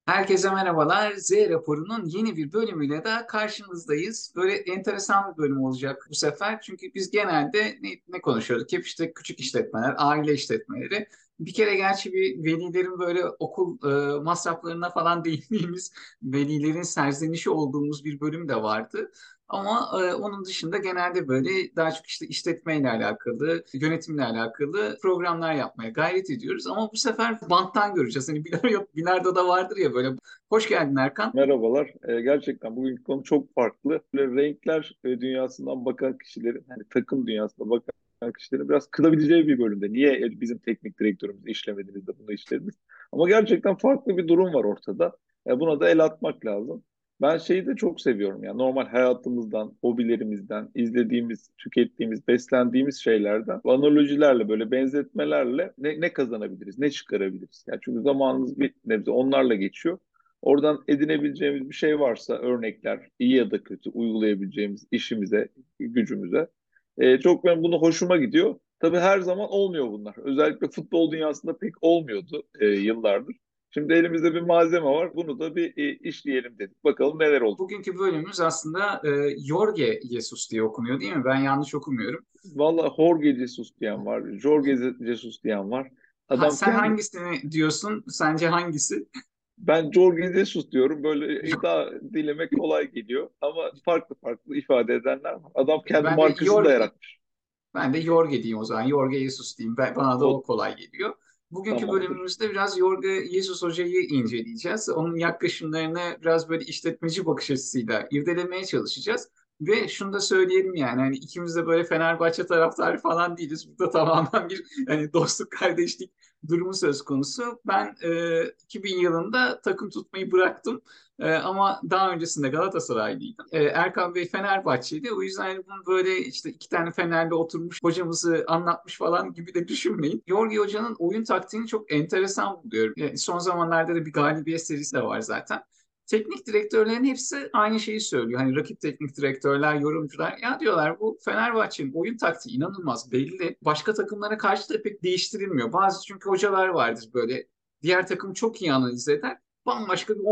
Herkese merhabalar. Z raporunun yeni bir bölümüyle daha karşınızdayız. Böyle enteresan bir bölüm olacak bu sefer. Çünkü biz genelde ne konuşuyorduk? Hep işte küçük işletmeler, aile işletmeleri. Bir kere gerçi bir velilerin böyle okul masraflarına falan değindiğimiz, velilerin serzenişi olduğumuz bir bölüm de vardı. Ama onun dışında genelde böyle daha çok işte işletmeyle alakalı, yönetimle alakalı programlar yapmaya gayret ediyoruz. Ama bu sefer banttan göreceğiz. Hani bilardoda vardır ya böyle. Hoş geldin Erkan. Merhabalar. Gerçekten bugünkü konu çok farklı. Böyle renkler dünyasından bakan kişilerin, hani takım dünyasına bakan kişilerin biraz kılabileceği bir bölümde. Niye bizim teknik direktörümüz işlemediniz de bunu işlediniz? Ama gerçekten farklı bir durum var ortada. Buna da el atmak lazım. Ben şeyi de çok seviyorum. Yani normal hayatımızdan, hobilerimizden, izlediğimiz, tükettiğimiz, beslendiğimiz şeylerden, bu analojilerle, böyle benzetmelerle ne kazanabiliriz, ne çıkarabiliriz? Yani çünkü zamanımız bir nebze onlarla geçiyor. Oradan edinebileceğimiz bir şey varsa örnekler iyi ya da kötü uygulayabileceğimiz işimize, gücümüze. Çok ben bunu hoşuma gidiyor. Tabii her zaman olmuyor bunlar. Özellikle futbol dünyasında pek olmuyordu yıllardır. Şimdi elimizde bir malzeme var. Bunu da bir işleyelim dedik. Bakalım neler oldu. Bugünkü bölümümüz aslında Jorge Jesus diye okunuyor değil mi? Ben yanlış okumuyorum. Valla Jorge Jesus diyen var. Jorge Jesus diyen var. Ha, Adam sen kendi hangisini diyorsun? Sence hangisi? Ben Jorge Jesus diyorum. Böyle daha dilemek kolay geliyor. Ama farklı farklı ifade edenler var. Adam kendi Ben de markasını da Jorge. yaratmış. Ben de Jorge diyeyim o zaman. Jorge Jesus diyeyim. Bana da O o kolay geliyor. Bugünkü tamamdır. bölümümüzde biraz Jorge Jesus Hoca'yı inceleyeceğiz. Onun yaklaşımlarını biraz böyle işletmeci bakış açısıyla irdelemeye çalışacağız. Ve şunu da söyleyelim yani hani ikimiz de böyle Fenerbahçe taraftarı falan değiliz. Burada tamamen bir hani dostluk kardeşlik durumu söz konusu. Ben 2000 yılında takım tutmayı bıraktım. Ama daha öncesinde Galatasaraylıydım. Erkan Bey Fenerbahçeli. O yüzden hani bunu böyle işte iki tane Fenerli oturmuş hocamızı anlatmış falan gibi de düşünmeyin. Yorgi Hoca'nın oyun taktiğini çok enteresan buluyorum. Yani son zamanlarda da bir galibiyet serisi de var zaten. Teknik direktörlerin hepsi aynı şeyi söylüyor. Hani rakip teknik direktörler, yorumcular ya diyorlar bu Fenerbahçe'nin oyun taktiği inanılmaz belli. Başka takımlara karşı da pek değiştirilmiyor. Bazı çünkü hocalar vardır böyle diğer takım çok iyi analiz eder bambaşka bir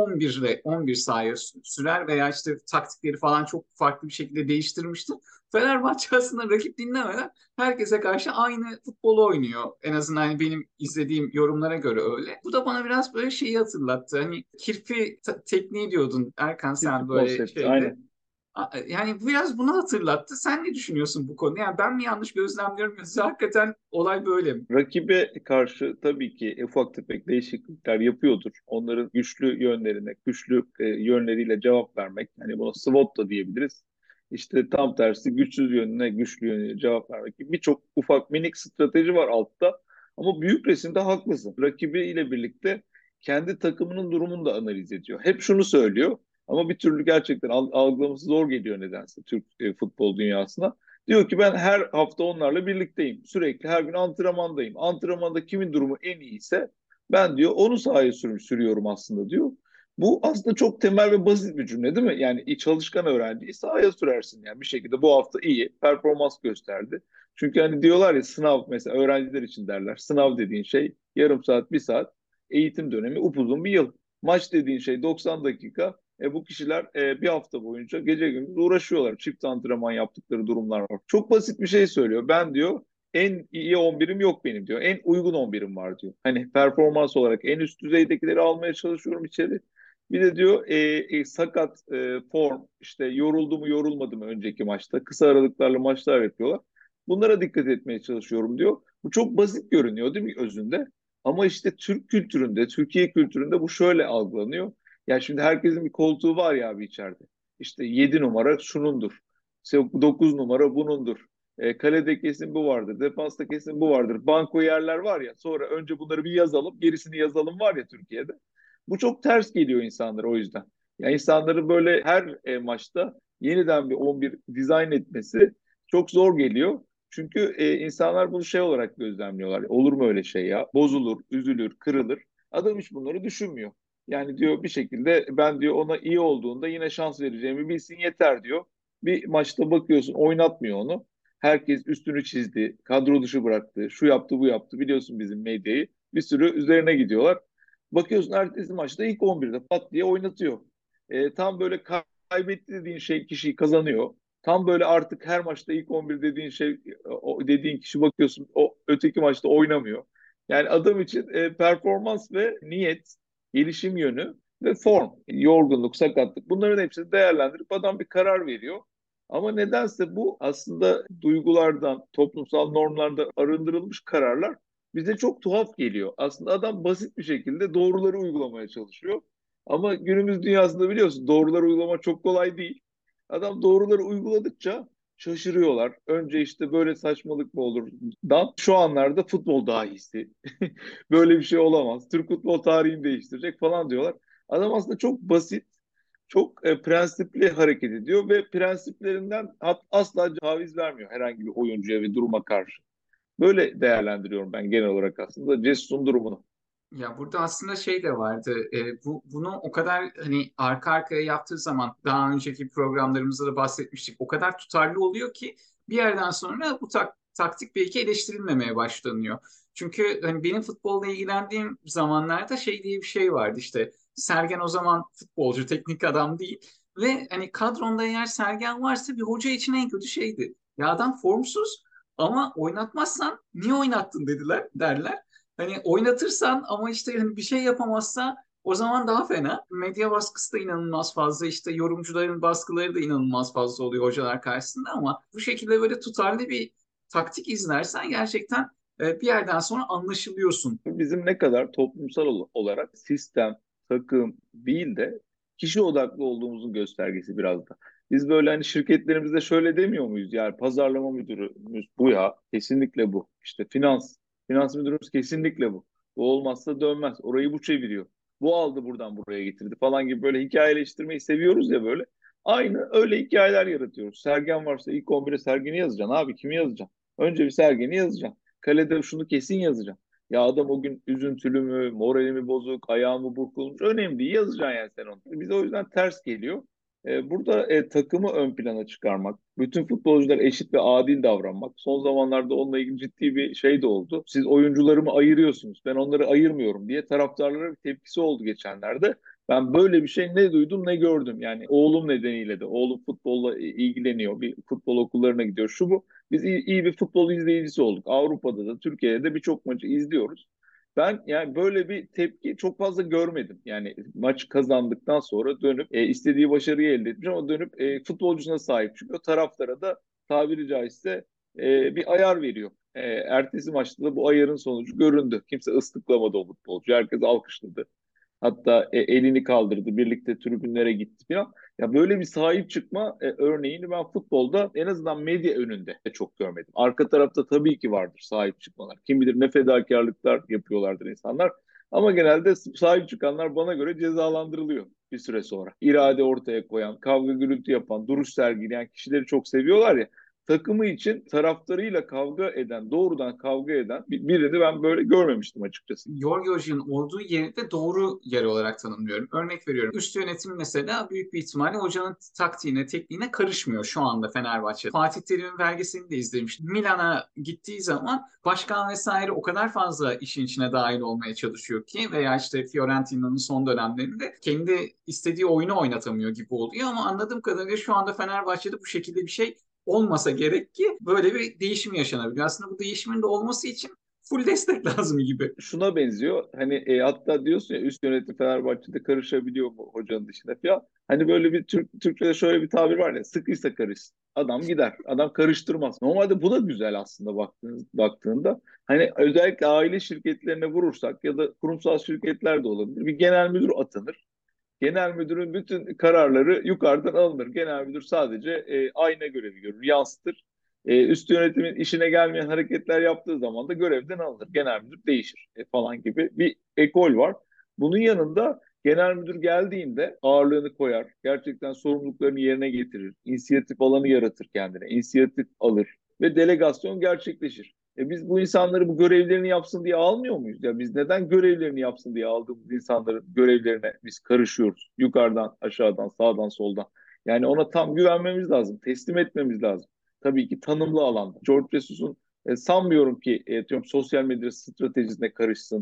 11 sahaya sürer veya işte taktikleri falan çok farklı bir şekilde değiştirmiştir. Fenerbahçe aslında rakip dinlemeden herkese karşı aynı futbolu oynuyor. En azından hani benim izlediğim yorumlara göre öyle. Bu da bana biraz böyle şeyi hatırlattı. Hani kirpi tekniği diyordun Erkan sen Tipi böyle konsepti şeyde. aynen. Yani biraz bunu hatırlattı. Sen ne düşünüyorsun bu konuda? Yani ben mi yanlış gözlemliyorum yoksa hakikaten olay böyle mi? Rakibe karşı tabii ki ufak tefek değişiklikler yapıyordur. Onların güçlü yönlerine, güçlü yönleriyle cevap vermek. Hani buna SWOT da diyebiliriz. İşte tam tersi güçsüz yönüne, güçlü yönüne cevap vermek gibi birçok ufak minik strateji var altta. Ama büyük resimde haklısın. Rakibiyle birlikte kendi takımının durumunu da analiz ediyor. Hep şunu söylüyor ama bir türlü gerçekten algılaması zor geliyor nedense Türk futbol dünyasına. Diyor ki ben her hafta onlarla birlikteyim. Sürekli her gün antrenmandayım. Antrenmanda kimin durumu en iyiyse ben diyor onu sahaya sürüyorum aslında diyor. Bu aslında çok temel ve basit bir cümle değil mi? Yani çalışkan öğrenciyi sahaya sürersin yani bir şekilde bu hafta iyi performans gösterdi. Çünkü hani diyorlar ya sınav mesela öğrenciler için derler. Sınav dediğin şey yarım saat, bir saat. Eğitim dönemi upuzun bir yıl. Maç dediğin şey 90 dakika. Bu kişiler bir hafta boyunca gece gündüz uğraşıyorlar. Çift antrenman yaptıkları durumlar var. Çok basit bir şey söylüyor. Ben diyor en iyi 11'im yok benim diyor. En uygun 11'im var diyor. Hani performans olarak en üst düzeydekileri almaya çalışıyorum içeri. Bir de diyor sakat form işte yoruldu mu yorulmadı mı önceki maçta. Kısa aralıklarla maçlar yapıyorlar. Bunlara dikkat etmeye çalışıyorum diyor. Bu çok basit görünüyor değil mi özünde? Ama işte Türk kültüründe, Türkiye kültüründe bu şöyle algılanıyor. Ya şimdi herkesin bir koltuğu var ya abi içeride. İşte 7 numara şunundur. İşte 9 numara bunundur. Kalede kesin bu vardır. Defansta kesin bu vardır. Banko yerler var ya. Sonra önce bunları bir yazalım. Gerisini yazalım var ya Türkiye'de. Bu çok ters geliyor insanlara o yüzden. Ya insanların böyle her maçta yeniden bir 11 dizayn etmesi çok zor geliyor. Çünkü insanlar bunu şey olarak gözlemliyorlar. Olur mu öyle şey ya? Bozulur, üzülür, kırılır. Adam hiç bunları düşünmüyor. Yani diyor bir şekilde ben diyor ona iyi olduğunda yine şans vereceğimi bilsin yeter diyor. Bir maçta bakıyorsun oynatmıyor onu. Herkes üstünü çizdi, kadro dışı bıraktı, şu yaptı bu yaptı biliyorsun bizim medyayı. Bir sürü üzerine gidiyorlar. Bakıyorsun ertesi maçta ilk 11'de pat diye oynatıyor. Tam böyle kaybetti dediğin şey kişiyi kazanıyor. Tam böyle artık her maçta ilk 11 dediğin şey, o dediğin kişi bakıyorsun o öteki maçta oynamıyor. Yani adam için performans ve niyet, gelişim yönü ve form, yorgunluk, sakatlık, bunların hepsini değerlendirip adam bir karar veriyor. Ama nedense bu aslında duygulardan, toplumsal normlardan arındırılmış kararlar bize çok tuhaf geliyor. Aslında adam basit bir şekilde doğruları uygulamaya çalışıyor. Ama günümüz dünyasında biliyorsun doğruları uygulama çok kolay değil. Adam doğruları uyguladıkça şaşırıyorlar. Önce işte böyle saçmalık mı olur? Dan şu anlarda futbol dahisi. Böyle bir şey olamaz. Türk futbol tarihini değiştirecek falan diyorlar. Adam aslında çok basit, çok prensipli hareket ediyor ve prensiplerinden asla taviz vermiyor herhangi bir oyuncuya ve duruma karşı. Böyle değerlendiriyorum ben genel olarak aslında Jesus'un durumunu. Ya burada aslında şey de vardı. Bunu o kadar hani arka arkaya yaptığı zaman daha önceki programlarımızda da bahsetmiştik. O kadar tutarlı oluyor ki bir yerden sonra bu taktik belki eleştirilmemeye başlanıyor. Çünkü hani benim futbolla ilgilendiğim zamanlarda şey diye bir şey vardı işte. Sergen o zaman futbolcu, teknik adam değil. Ve hani kadronda eğer Sergen varsa bir hoca için en kötü şeydi. Ya adam formsuz ama oynatmazsan niye oynattın dediler derler. Hani oynatırsan ama işte hani bir şey yapamazsa o zaman daha fena. Medya baskısı da inanılmaz fazla. İşte yorumcuların baskıları da inanılmaz fazla oluyor hocalar karşısında ama bu şekilde böyle tutarlı bir taktik izlersen gerçekten bir yerden sonra anlaşılıyorsun. Bizim ne kadar toplumsal olarak sistem, takım değil de kişi odaklı olduğumuzun göstergesi biraz da. Biz böyle hani şirketlerimizde şöyle demiyor muyuz? Yani pazarlama müdürümüz bu ya, kesinlikle bu. İşte finans müdürümüz kesinlikle bu. Bu olmazsa dönmez. Orayı bu çeviriyor. Bu aldı buradan buraya getirdi falan gibi böyle hikayeleştirmeyi seviyoruz ya böyle. Aynı öyle hikayeler yaratıyoruz. Sergen varsa ilk 11'e Sergen'i yazacaksın abi. Kimi yazacaksın? Önce bir Sergen'i yazacaksın. Kalede şunu kesin yazacaksın. Ya adam o gün üzüntülü mü, morali mi bozuk, ayağı mı burkulmuş, önemli değil, yazacaksın yani sen onu. Bize o yüzden ters geliyor. Burada takımı ön plana çıkarmak, bütün futbolcular eşit ve adil davranmak. Son zamanlarda onunla ilgili ciddi bir şey de oldu. Siz oyuncularımı ayırıyorsunuz, ben onları ayırmıyorum diye taraftarlara bir tepkisi oldu geçenlerde. Ben böyle bir şey ne duydum ne gördüm. Yani oğlum nedeniyle de, oğlum futbolla ilgileniyor, bir futbol okullarına gidiyor, şu bu. Biz iyi bir futbol izleyicisi olduk. Avrupa'da da Türkiye'de de birçok maçı izliyoruz. Ben yani böyle bir tepki çok fazla görmedim. Yani maç kazandıktan sonra dönüp istediği başarıyı elde etmiş ama dönüp futbolcusuna sahip çıkıyor. Taraftara da tabiri caizse bir ayar veriyor. Ertesi maçta da bu ayarın sonucu göründü. Kimse ıslıklamadı o futbolcu. Herkes alkışladı. Hatta elini kaldırdı, birlikte tribünlere gitti falan. Ya böyle bir sahip çıkma örneğini ben futbolda en azından medya önünde de çok görmedim. Arka tarafta tabii ki vardır sahip çıkmalar. Kim bilir ne fedakarlıklar yapıyorlardır insanlar. Ama genelde sahip çıkanlar bana göre cezalandırılıyor bir süre sonra. İrade ortaya koyan, kavga gürültü yapan, duruş sergileyen kişileri çok seviyorlar ya. Takımı için taraftarıyla kavga eden, doğrudan kavga eden birini ben böyle görmemiştim açıkçası. Yorgos'un olduğu yeri de doğru yer olarak tanımlıyorum. Örnek veriyorum. Üst yönetim mesela büyük bir ihtimalle hocanın taktiğine, tekniğine karışmıyor şu anda Fenerbahçe. Fatih Terim'in belgeselini de izlemiştim. Milan'a gittiği zaman başkan vesaire o kadar fazla işin içine dahil olmaya çalışıyor ki veya işte Fiorentina'nın son dönemlerinde kendi istediği oyunu oynatamıyor gibi oluyor ama anladığım kadarıyla şu anda Fenerbahçe'de bu şekilde bir şey olmasa gerek ki böyle bir değişim yaşanabilir. Aslında bu değişimin de olması için full destek lazım gibi. Şuna benziyor. Hani hatta diyorsun ya üst yönetim Fenerbahçe'de karışabiliyor mu hocanın dışında falan. Hani böyle bir Türkçe'de şöyle bir tabir var ya, sıkıysa karışsın. Adam gider. Adam karıştırmaz. Normalde bu da güzel aslında baktığında. Hani özellikle aile şirketlerine vurursak ya da kurumsal şirketler de olabilir. Bir genel müdür atanır. Genel müdürün bütün kararları yukarıdan alınır. Genel müdür sadece ayna görevi görür, yansıtır. Üst yönetimin işine gelmeyen hareketler yaptığı zaman da görevden alınır. Genel müdür değişir falan gibi bir ekol var. Bunun yanında genel müdür geldiğinde ağırlığını koyar, gerçekten sorumluluklarını yerine getirir, inisiyatif alanı yaratır kendine, inisiyatif alır ve delegasyon gerçekleşir. Biz bu insanları bu görevlerini yapsın diye almıyor muyuz? Ya biz neden görevlerini yapsın diye aldığımız insanların görevlerine biz karışıyoruz? Yukarıdan, aşağıdan, sağdan, soldan. Yani ona tam güvenmemiz lazım, teslim etmemiz lazım. Tabii ki tanımlı alanda. George Jesus'un sanmıyorum ki diyorum, sosyal medya stratejisine karışsın.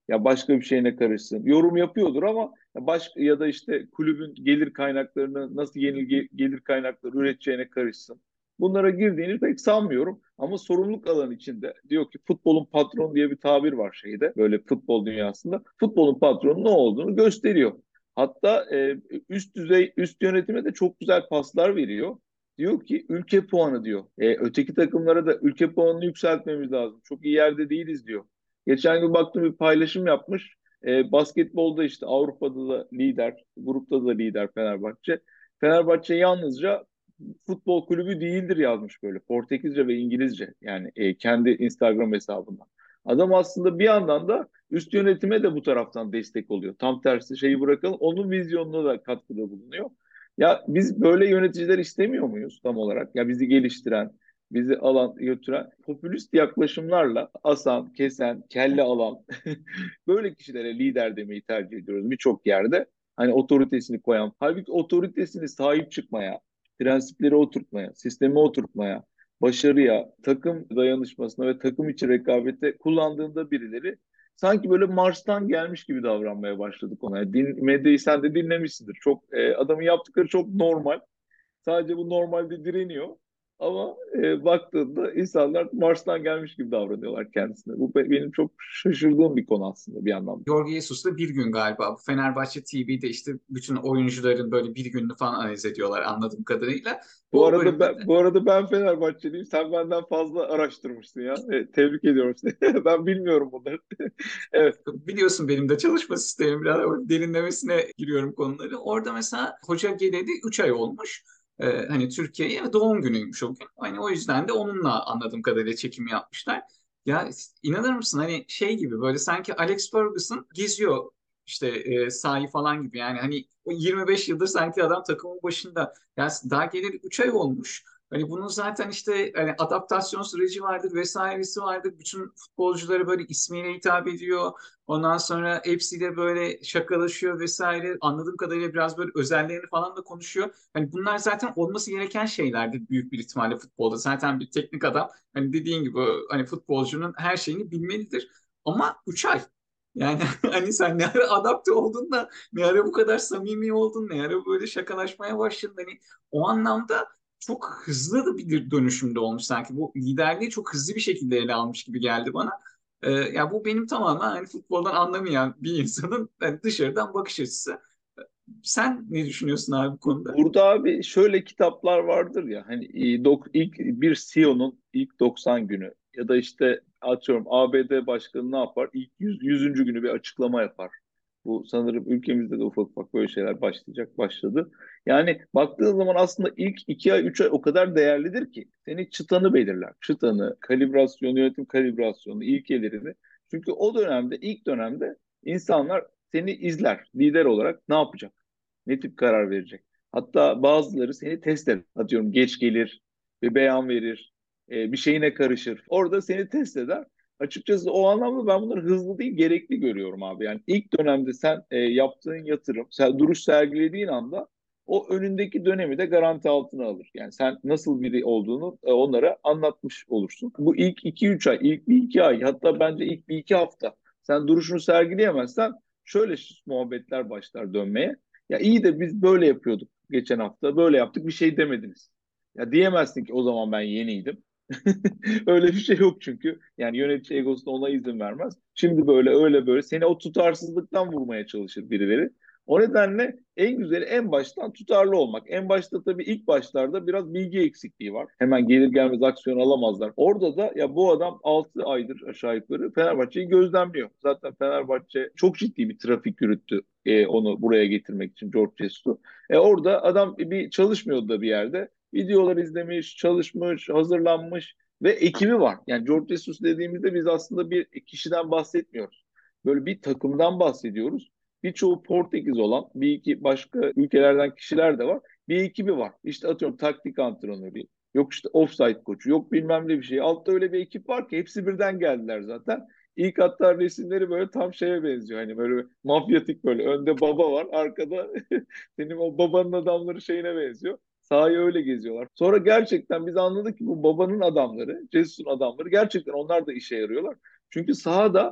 Ya başka bir şeyine karışsın. Yorum yapıyordur ama başka ya da işte kulübün gelir kaynaklarını nasıl yeni gelir kaynakları üreteceğine karışsın. Bunlara girdiğini pek sanmıyorum ama sorumluluk alanı içinde diyor ki futbolun patronu diye bir tabir var şeyde böyle futbol dünyasında. Futbolun patronu ne olduğunu gösteriyor. Hatta üst düzey üst yönetime de çok güzel paslar veriyor. Diyor ki ülke puanı diyor. Öteki takımlara da ülke puanını yükseltmemiz lazım. Çok iyi yerde değiliz diyor. Geçen gün baktım bir paylaşım yapmış. Basketbolda işte Avrupa'da da lider, grupta da lider Fenerbahçe. Fenerbahçe yalnızca futbol kulübü değildir yazmış böyle. Portekizce ve İngilizce yani kendi Instagram hesabından. Adam aslında bir yandan da üst yönetime de bu taraftan destek oluyor. Tam tersi şeyi bırakalım. Onun vizyonuna da katkıda bulunuyor. Ya biz böyle yöneticiler istemiyor muyuz tam olarak? Ya bizi geliştiren, bizi alan götüren popülist yaklaşımlarla asan, kesen, kelle alan böyle kişilere lider demeyi tercih ediyoruz birçok yerde. Hani otoritesini koyan, halbuki otoritesini sahip çıkmaya, prensipleri oturtmaya, sistemi oturtmaya, başarıya, takım dayanışmasına ve takım içi rekabete kullandığında birileri sanki böyle Mars'tan gelmiş gibi davranmaya başladık ona. Medyayı sen de dinlemişsindir. Çok adamın yaptıkları çok normal. Sadece bu normalde direniyor. Ama baktığında insanlar Mars'tan gelmiş gibi davranıyorlar kendisine. Bu benim çok şaşırdığım bir konu aslında bir yandan. Jorge Jesus'la bir gün galiba. Bu Fenerbahçe TV'de işte bütün oyuncuların böyle bir gününü falan analiz ediyorlar anladığım kadarıyla. Bu O arada bölümde ben, bu arada ben Fenerbahçeliyim. Sen benden fazla araştırmışsın ya. Tebrik ediyorum seni. Ben bilmiyorum bunları. Evet. biliyorsun benim de çalışma sistemim biraz derinlemesine giriyorum konuları. Orada mesela hoca geleli 3 ay olmuş. Hani Türkiye'ye doğum günüymüş o gün. Hani o yüzden de onunla anladığım kadarıyla çekim yapmışlar. Ya inanır mısın hani şey gibi böyle sanki Alex Ferguson geziyor işte sahayı falan gibi. Yani hani o 25 yıldır sanki adam takımın başında. Ya daha geleli 3 ay olmuş. Hani bunun zaten işte hani adaptasyon süreci vardır vesairesi vardır. Bütün futbolcuları böyle ismiyle hitap ediyor. Ondan sonra hepsiyle böyle şakalaşıyor vesaire. Anladığım kadarıyla biraz böyle özellerini falan da konuşuyor. Hani bunlar zaten olması gereken şeylerdi büyük bir ihtimalle futbolda. Zaten bir teknik adam hani dediğin gibi hani futbolcunun her şeyini bilmelidir. Ama 3 ay. Yani hani sen ne ara adapte oldun da ne ara bu kadar samimi oldun, ne ara böyle şakalaşmaya başladın. Hani o anlamda çok hızlı da bir dönüşümde olmuş sanki. Bu liderliği çok hızlı bir şekilde ele almış gibi geldi bana. Ya bu benim tamamen hani futboldan anlamayan bir insanın hani dışarıdan bakış açısı. Sen ne düşünüyorsun abi bu konuda? Burada abi şöyle kitaplar vardır ya hani ilk bir CEO'nun ilk 90 günü ya da işte atıyorum ABD başkanı ne yapar? İlk 100. günü bir açıklama yapar. Bu sanırım ülkemizde de ufak ufak böyle şeyler başladı. Yani baktığın zaman aslında ilk 2 ay 3 ay o kadar değerlidir ki seni çıtanı belirler. Çıtanı, kalibrasyonu, yönetim kalibrasyonu, ilkelerini. Çünkü o dönemde ilk dönemde insanlar seni izler lider olarak ne yapacak? Ne tip karar verecek? Hatta bazıları seni test eder. Atıyorum geç gelir, bir beyan verir, bir şeyine karışır. Orada seni test eder. Açıkçası o anlamda ben bunları hızlı değil gerekli görüyorum abi. Yani ilk dönemde sen yaptığın yatırım, sen duruş sergilediğin anda o önündeki dönemi de garanti altına alır. Yani sen nasıl biri olduğunu onlara anlatmış olursun. Bu ilk 2-3 ay, ilk bir iki ay hatta bence ilk bir iki hafta sen duruşunu sergileyemezsen şöyle muhabbetler başlar dönmeye. Ya iyi de biz böyle yapıyorduk geçen hafta. Böyle yaptık bir şey demediniz. Ya diyemezsin ki o zaman ben yeniydim. Öyle bir şey yok çünkü. Yani yönetici egosuna ona izin vermez. Şimdi böyle öyle böyle seni o tutarsızlıktan vurmaya çalışır birileri. O nedenle en güzeli en baştan tutarlı olmak. En başta tabii ilk başlarda biraz bilgi eksikliği var. Hemen gelir gelmez aksiyon alamazlar. Orada da ya bu adam 6 aydır aşağı yukarı Fenerbahçe'yi gözlemliyor. Zaten Fenerbahçe çok ciddi bir trafik yürüttü onu buraya getirmek için George Jesus'u. Orada adam bir çalışmıyordu da bir yerde. Videolar izlemiş, çalışmış, hazırlanmış ve ekibi var. Yani George Jesus dediğimizde biz aslında bir kişiden bahsetmiyoruz. Böyle bir takımdan bahsediyoruz. Birçoğu Portekiz olan bir iki başka ülkelerden kişiler de var. Bir ekibi var. İşte atıyorum taktik antrenörü, yok işte offside koçu, yok bilmem ne bir şey. Altta öyle bir ekip var ki hepsi birden geldiler zaten. İlk hatta resimleri böyle tam şeye benziyor. Hani böyle mafyatik böyle önde baba var, arkada senin o babanın adamları şeyine benziyor. Sahayı öyle geziyorlar. Sonra gerçekten biz anladık ki bu babanın adamları, Jesus'un adamları gerçekten onlar da işe yarıyorlar. Çünkü sahada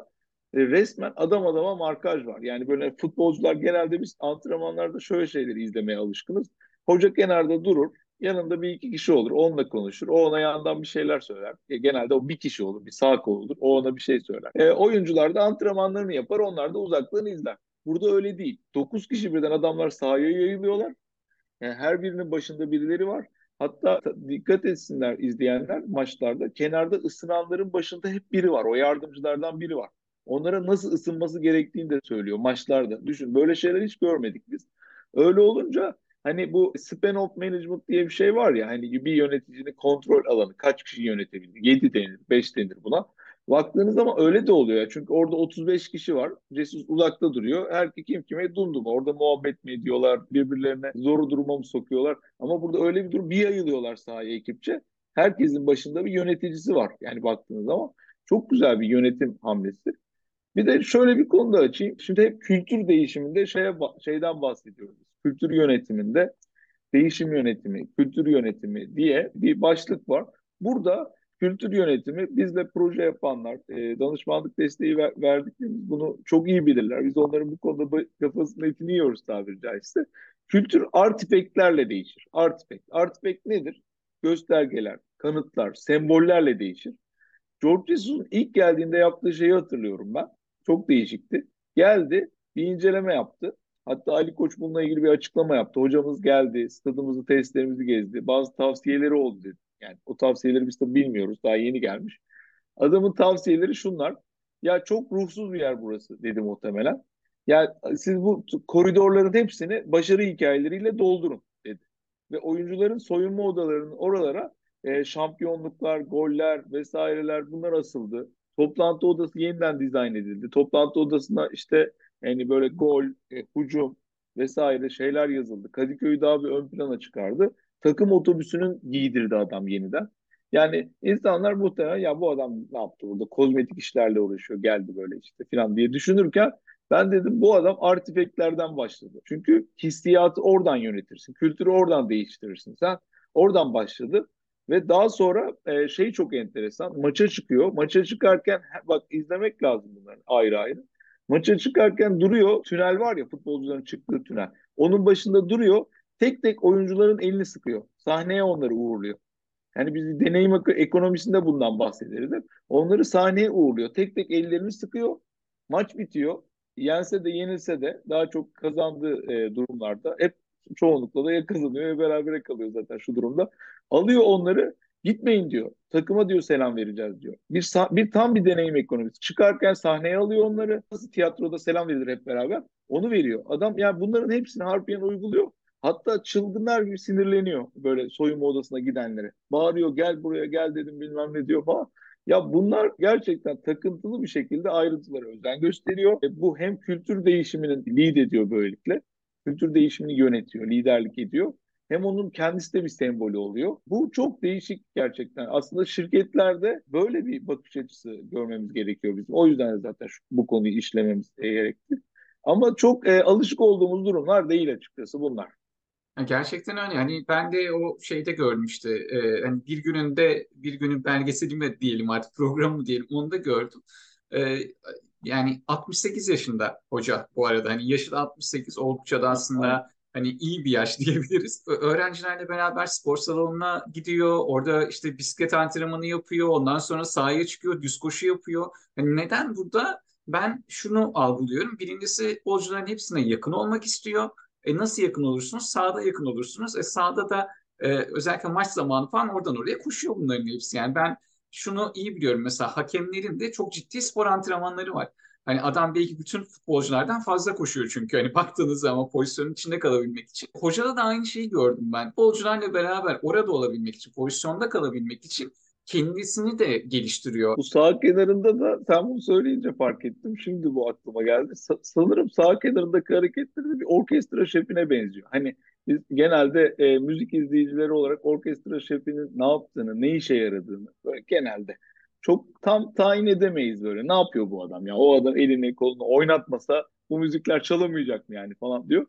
Resmen adam adama markaj var. Yani böyle futbolcular genelde biz antrenmanlarda şöyle şeyleri izlemeye alışkınız. Hoca kenarda durur. Yanında bir iki kişi olur. Onunla konuşur. O ona yandan bir şeyler söyler. Genelde o bir kişi olur. Bir sağ kol olur. O ona bir şey söyler. Oyuncular da antrenmanlarını yapar. Onlar da uzaktan izler. Burada öyle değil. 9 kişi birden adamlar sahaya yayılıyorlar. Yani her birinin başında birileri var. Hatta dikkat etsinler izleyenler maçlarda. Kenarda ısınanların başında hep biri var. O yardımcılardan biri var. Onlara nasıl ısınması gerektiğini de söylüyor maçlarda. Düşün, böyle şeyler hiç görmedik biz. Öyle olunca hani bu span of management diye bir şey var ya, hani bir yöneticinin kontrol alanı kaç kişi yönetebilir? 7 denir, 5 denir buna. Baktığınız zaman öyle de oluyor ya. Çünkü orada 35 kişi var. Jesus uzakta duruyor. Her kim kime dumdum. Orada muhabbet mi ediyorlar? Birbirlerine zor duruma mı sokuyorlar? Ama burada öyle bir durum. Bir yayılıyorlar sahaya ekipçe. Herkesin başında bir yöneticisi var. Yani baktığınız zaman çok güzel bir yönetim hamlesi. Bir de şöyle bir konu da açayım. Şimdi hep kültür değişiminde şeyden bahsediyoruz. Kültür yönetiminde değişim yönetimi, kültür yönetimi diye bir başlık var. Burada kültür yönetimi bizle proje yapanlar, danışmanlık desteği verdiklerimiz bunu çok iyi bilirler. Biz onların bu konuda kafasının etini yiyoruz tabiri caizse. Kültür artifactlerle değişir. Artifact nedir? Göstergeler, kanıtlar, sembollerle değişir. George Jesus'un ilk geldiğinde yaptığı şeyi hatırlıyorum ben. Çok değişikti. Geldi, bir inceleme yaptı. Hatta Ali Koç bununla ilgili bir açıklama yaptı. Hocamız geldi, stadımızı, testlerimizi gezdi. Bazı tavsiyeleri oldu dedi. Yani o tavsiyeleri biz tabii bilmiyoruz. Daha yeni gelmiş. Adamın tavsiyeleri şunlar. Ya çok ruhsuz bir yer burası dedi muhtemelen. Ya siz bu koridorların hepsini başarı hikayeleriyle doldurun dedi. Ve oyuncuların soyunma odalarının oralara şampiyonluklar, goller vesaireler bunlar asıldı. Toplantı odası yeniden dizayn edildi. Toplantı odasına işte yani böyle gol, hücum vesaire şeyler yazıldı. Kadıköy'ü daha bir ön plana çıkardı. Takım otobüsünün giydirdi adam yeniden. Yani insanlar muhtemelen ya bu adam ne yaptı burada, kozmetik işlerle uğraşıyor geldi böyle işte falan diye düşünürken ben dedim bu adam artifeklerden başladı. Çünkü hissiyatı oradan yönetirsin, kültürü oradan değiştirirsin. Sen oradan başladı ve daha sonra şey çok enteresan, maça çıkıyor. Maça çıkarken bak izlemek lazım bunları ayrı ayrı. Maça çıkarken duruyor, tünel var ya futbolcuların çıktığı tünel. Onun başında duruyor, tek tek oyuncuların elini sıkıyor. Sahneye onları uğurluyor. Yani biz deneyim ekonomisinde bundan bahsederiz. Onları sahneye uğurluyor. Tek tek ellerini sıkıyor. Maç bitiyor. Yense de yenilse de daha çok kazandığı durumlarda hep çoğunlukla da ya kazanıyor ya berabere kalıyor zaten şu durumda. Alıyor onları, gitmeyin diyor. Takıma diyor selam vereceğiz diyor. Bir tam bir deneyim ekonomisi. Çıkarken sahneye alıyor onları. Nasıl tiyatroda selam verilir hep beraber? Onu veriyor. Adam yani bunların hepsini harfiyen uyguluyor. Hatta çılgınlar gibi sinirleniyor böyle soyunma odasına gidenlere. Bağırıyor gel buraya gel dedim bilmem ne diyor falan. Ya bunlar gerçekten takıntılı bir şekilde ayrıntılara özen gösteriyor. Bu hem kültür değişiminin lead ediyor böylelikle. Kültür değişimini yönetiyor, liderlik ediyor. Hem onun kendisi de bir sembolü oluyor. Bu çok değişik gerçekten. Aslında şirketlerde böyle bir bakış açısı görmemiz gerekiyor bizim. O yüzden de zaten bu konuyu işlememiz gerekti. Ama çok alışık olduğumuz durumlar değil açıkçası bunlar. Ha, gerçekten öyle. Hani ben de o şeyde görmüştü. Hani bir gününde bir günün belgeseli mi diyelim artık programı mı diyelim onu da gördüm. Ee, Yani 68 yaşında hoca bu arada. Hani yaşı da 68 oldukça da Aynen. aslında hani iyi bir yaş diyebiliriz. Öğrencilerle beraber spor salonuna gidiyor. Orada işte bisiklet antrenmanı yapıyor. Ondan sonra sahaya çıkıyor. Düz koşu yapıyor. Hani neden burada? Ben şunu algılıyorum. Birincisi futbolcuların hepsine yakın olmak istiyor. Nasıl yakın olursunuz? Sahada yakın olursunuz. Sahada da özellikle maç zamanı falan oradan oraya koşuyor bunların hepsi. Yani ben şunu iyi biliyorum. Mesela hakemlerin de çok ciddi spor antrenmanları var. Hani adam belki bütün futbolculardan fazla koşuyor çünkü. Hani baktığınız zaman pozisyonun içinde kalabilmek için. Hocada da aynı şeyi gördüm ben. Futbolcularla beraber orada olabilmek için, pozisyonda kalabilmek için kendisini de geliştiriyor. Bu sağ kenarında da sen bunu söyleyince fark ettim. Şimdi bu aklıma geldi. Sanırım sağ kenarındaki hareketleri de bir orkestra şefine benziyor. Hani biz genelde müzik izleyicileri olarak orkestra şefinin ne yaptığını, ne işe yaradığını böyle genelde çok tam tayin edemeyiz böyle. Ne yapıyor bu adam ya? O adam elini kolunu oynatmasa bu müzikler çalamayacak mı yani falan diyor.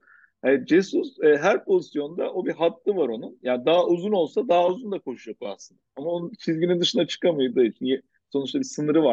Jesus her pozisyonda o bir hattı var onun. Yani daha uzun olsa daha uzun da koşacak o aslında. Ama onun çizginin dışına çıkamadığı için sonuçta bir sınırı var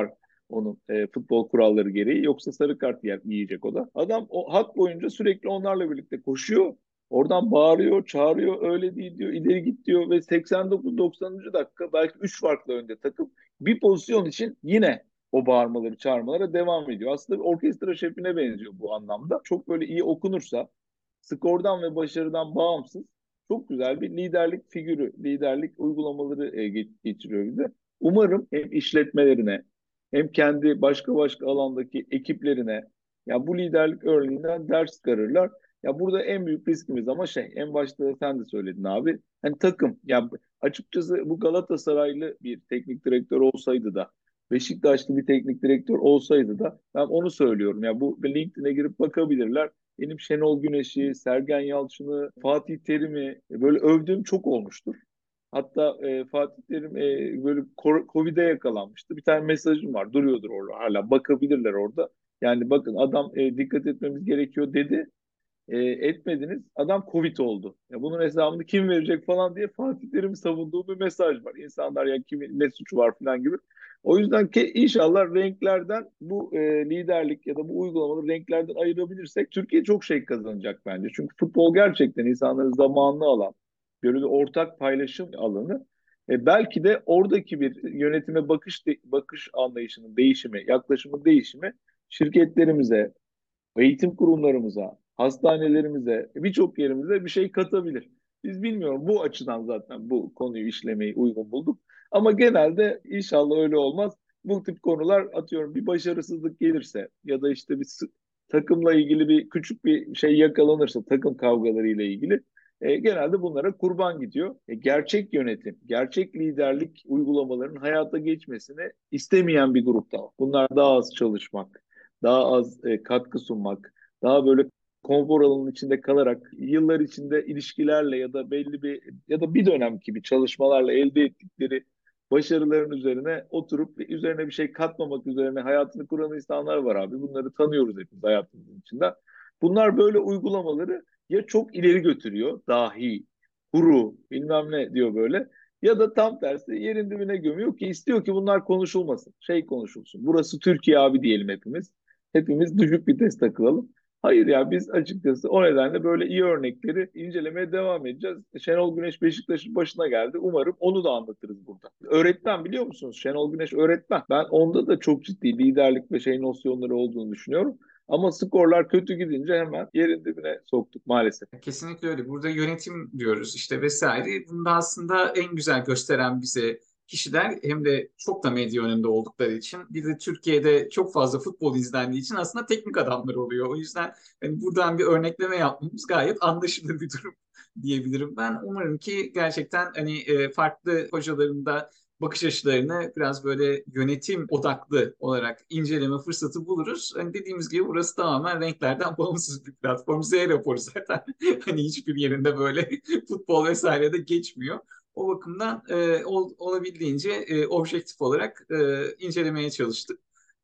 onun futbol kuralları gereği. Yoksa sarı kart yiyecek o da. Adam o hat boyunca sürekli onlarla birlikte koşuyor. Oradan bağırıyor, çağırıyor, öyle değil diyor, ileri git diyor ve 89-90. dakika belki 3 farklı önde takım bir pozisyon için yine o bağırmaları, çağırmalara devam ediyor. Aslında bir orkestra şefine benziyor bu anlamda. Çok böyle iyi okunursa skordan ve başarıdan bağımsız çok güzel bir liderlik figürü, liderlik uygulamaları getiriyor bize. Umarım hem işletmelerine hem kendi başka alandaki ekiplerine ya bu liderlik örneğinden ders çıkarırlar. Ya burada en büyük riskimiz ama en başta da sen de söyledin abi. Hani takım ya açıkçası bu Galatasaraylı bir teknik direktör olsaydı da Beşiktaşlı bir teknik direktör olsaydı da ben onu söylüyorum. Ya bu LinkedIn'e girip bakabilirler. Benim Şenol Güneş'i, Sergen Yalçın'ı, Fatih Terim'i böyle övdüğüm çok olmuştur. Hatta Fatih Terim böyle Covid'e yakalanmıştı. Bir tane mesajım var. Duruyordur orada hala. Bakabilirler orada. Yani bakın adam dikkat etmemiz gerekiyor dedi. Etmediniz. Adam Covid oldu. Ya bunun hesabını kim verecek falan diye Fatih Terim'i savunduğu bir mesaj var. İnsanlar ya kimin ne suçu var falan gibi. O yüzden ki inşallah renklerden bu liderlik ya da bu uygulamaları renklerden ayırabilirsek Türkiye çok şey kazanacak bence. Çünkü futbol gerçekten insanların zamanını alan böyle bir ortak paylaşım alanı. Belki de oradaki bir yönetime bakış anlayışının değişimi, yaklaşımın değişimi şirketlerimize, eğitim kurumlarımıza, hastanelerimize, birçok yerimize bir şey katabilir. Biz bilmiyorum bu açıdan zaten bu konuyu işlemeyi uygun bulduk. Ama genelde inşallah öyle olmaz. Bu tip konular atıyorum bir başarısızlık gelirse ya da işte takımla ilgili bir küçük bir şey yakalanırsa takım kavgaları ile ilgili genelde bunlara kurban gidiyor. Gerçek yönetim, gerçek liderlik uygulamalarının hayata geçmesini istemeyen bir grupta. Bunlar daha az çalışmak, daha az katkı sunmak, daha böyle konfor alanının içinde kalarak yıllar içinde ilişkilerle ya da belli bir ya da bir dönem gibi çalışmalarla elde ettikleri başarıların üzerine oturup üzerine bir şey katmamak üzerine hayatını kuran insanlar var abi. Bunları tanıyoruz hepimiz hayatımızın içinde. Bunlar böyle uygulamaları ya çok ileri götürüyor, dahi, kuru, bilmem ne diyor böyle. Ya da tam tersi yerin dibine gömüyor ki istiyor ki bunlar konuşulmasın. Şey konuşulsun. Burası Türkiye abi diyelim hepimiz. Hepimiz düşük vites takılalım. Hayır ya biz açıkçası o nedenle böyle iyi örnekleri incelemeye devam edeceğiz. Şenol Güneş Beşiktaş'ın başına geldi. Umarım onu da anlatırız burada. Öğretmen biliyor musunuz? Şenol Güneş öğretmen. Ben onda da çok ciddi liderlik ve şey nosyonları olduğunu düşünüyorum. Ama skorlar kötü gidince hemen yerin dibine soktuk maalesef. Kesinlikle öyle. Burada yönetim diyoruz işte vesaire. Bunu da aslında en güzel gösteren bize kişiler hem de çok da medya önünde oldukları için bir de Türkiye'de çok fazla futbol izlendiği için aslında teknik adamlar oluyor. O yüzden hani buradan bir örnekleme yapmamız gayet anlaşılır bir durum diyebilirim ben. Umarım ki gerçekten hani farklı hocaların da bakış açılarını biraz böyle yönetim odaklı olarak inceleme fırsatı buluruz. Hani dediğimiz gibi burası tamamen renklerden bağımsız bir platform. Z raporu zaten hani hiçbir yerinde böyle futbol vesaire de geçmiyor. O bakımdan olabildiğince objektif olarak incelemeye çalıştık.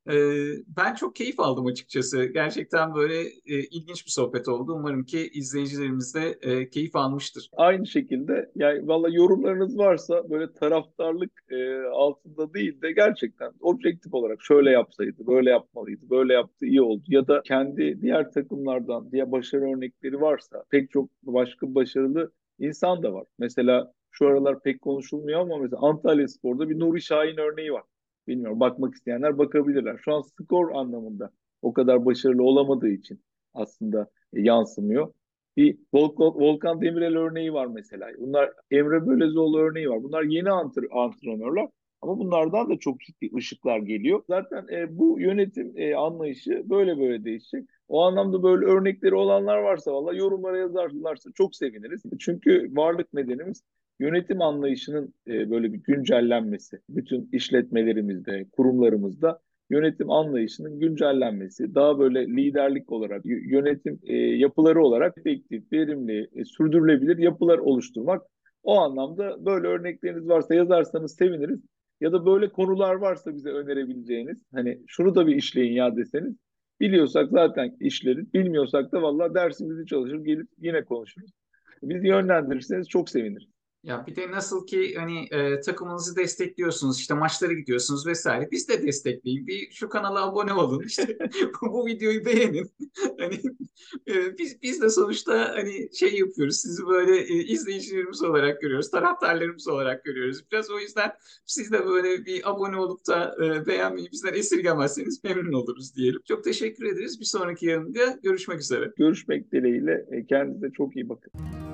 Ben çok keyif aldım açıkçası. Gerçekten böyle ilginç bir sohbet oldu. Umarım ki izleyicilerimiz de keyif almıştır. Aynı şekilde yani valla yorumlarınız varsa böyle taraftarlık altında değil de gerçekten objektif olarak şöyle yapsaydı, böyle yapmalıydı, böyle yaptı iyi oldu ya da kendi diğer takımlardan diğer başarı örnekleri varsa pek çok başka başarılı insan da var. Mesela şu aralar pek konuşulmuyor ama mesela Antalyaspor'da bir Nuri Şahin örneği var. Bilmiyorum bakmak isteyenler bakabilirler. Şu an skor anlamında o kadar başarılı olamadığı için aslında yansımıyor. Bir Volkan Demirel örneği var mesela. Bunlar Emre Belözoğlu örneği var. Bunlar yeni antrenörler ama bunlardan da çok ciddi ışıklar geliyor. Zaten bu yönetim anlayışı böyle değişecek. O anlamda böyle örnekleri olanlar varsa valla yorumlara yazarlarsa çok seviniriz. Çünkü varlık nedenimiz yönetim anlayışının böyle bir güncellenmesi. Bütün işletmelerimizde, kurumlarımızda yönetim anlayışının güncellenmesi, daha böyle liderlik olarak, yönetim yapıları olarak efektif, verimli, sürdürülebilir yapılar oluşturmak. O anlamda böyle örnekleriniz varsa yazarsanız seviniriz. Ya da böyle konular varsa bize önerebileceğiniz, hani şunu da bir işleyin ya deseniz, biliyorsak zaten işleriz, bilmiyorsak da vallahi dersimizi çalışır, gelip yine konuşuruz. Bizi yönlendirirseniz çok seviniriz. Ya bir de nasıl ki hani takımınızı destekliyorsunuz, işte maçlara gidiyorsunuz vesaire. Biz de destekleyin. Bir şu kanala abone olun. İşte bu videoyu beğenin. Hani biz de sonuçta hani şey yapıyoruz. Sizi böyle izleyicilerimiz olarak görüyoruz, taraftarlarımız olarak görüyoruz. Biraz o yüzden siz de böyle bir abone olup da beğenmeyi bizden esirgemezseniz memnun oluruz diyelim. Çok teşekkür ederiz. Bir sonraki yayında görüşmek üzere. Görüşmek dileğiyle. Kendinize çok iyi bakın.